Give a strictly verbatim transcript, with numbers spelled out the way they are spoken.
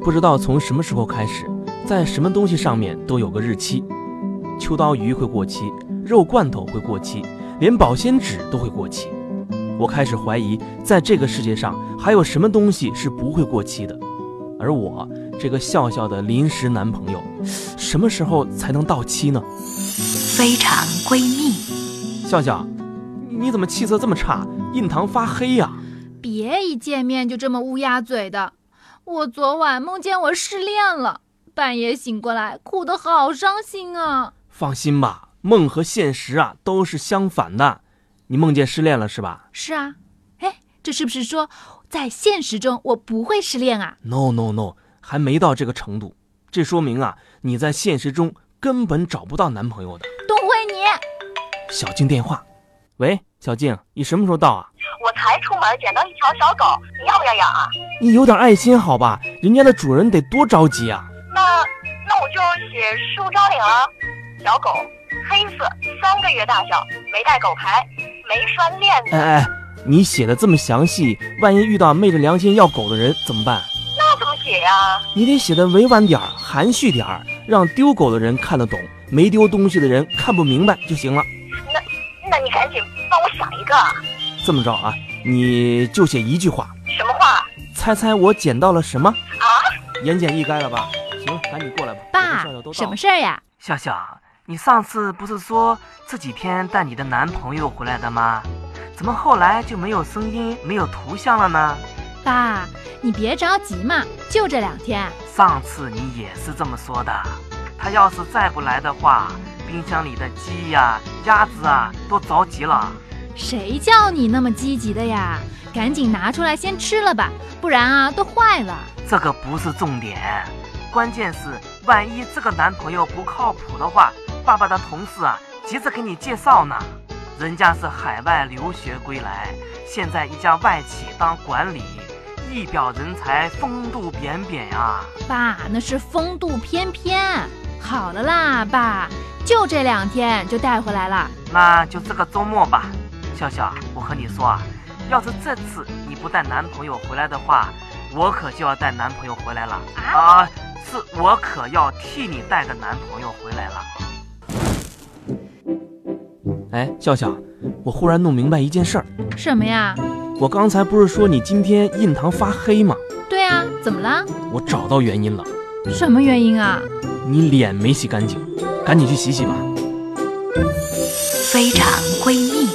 不知道从什么时候开始，在什么东西上面都有个日期。秋刀鱼会过期，肉罐头会过期，连保鲜纸都会过期。我开始怀疑，在这个世界上还有什么东西是不会过期的。而我这个笑笑的临时男朋友，什么时候才能到期呢？ 非常闺蜜。 笑笑，你怎么气色这么差，印堂发黑呀？ 别一见面就这么乌鸦嘴的。我昨晚梦见我失恋了，半夜醒过来，哭得好伤心啊。 放心吧，梦和现实啊都是相反的。你梦见失恋了是吧？ 是啊。哎，这是不是说在现实中我不会失恋啊？ No no no， 还没到这个程度。这说明啊，你在现实中根本找不到男朋友的。 东辉你。 小静电话。喂，小静，你什么时候到啊？ 我才出门捡到一条小狗，你要不要养啊？ 你有点爱心好吧，人家的主人得多着急啊。 那那我就写书招领了。小狗，黑色，三个月大小，没带狗牌，没拴链子。 哎哎，你写的这么详细，万一遇到昧着良心要狗的人怎么办？ 那怎么写呀？ 你得写的委婉点儿，含蓄点儿，让丢狗的人看得懂，没丢东西的人看不明白就行了。 那那你赶紧帮我想一个。 这么着啊，你就写一句话。 什么话？ 猜猜我捡到了什么？ 啊？ 言简意赅了吧？行，赶紧过来吧。 爸，什么事儿呀？ 笑笑，你上次不是说这几天带你的男朋友回来的吗？怎么后来就没有声音，没有图像了呢？ 爸，你别着急嘛，就这两天。 上次你也是这么说的，他要是再不来的话，冰箱里的鸡呀、鸭子啊都着急了。 谁叫你那么积极的呀？赶紧拿出来先吃了吧，不然啊都坏了。 这个不是重点，关键是万一这个男朋友不靠谱的话，爸爸的同事啊急着给你介绍呢。人家是海外留学归来，现在一家外企当管理，一表人才，风度翩翩呀。 爸，那是风度翩翩。好了啦，爸，就这两天就带回来了。 那就这个周末吧。笑笑，我和你说啊，要是这次你不带男朋友回来的话，我可就要带男朋友回来了啊、呃！是我可要替你带个男朋友回来了。 哎，笑笑，我忽然弄明白一件事儿。 什么呀？ 我刚才不是说你今天印堂发黑吗？ 对啊，怎么了？ 我找到原因了。 什么原因啊？ 你脸没洗干净，赶紧去洗洗吧。 非常闺蜜。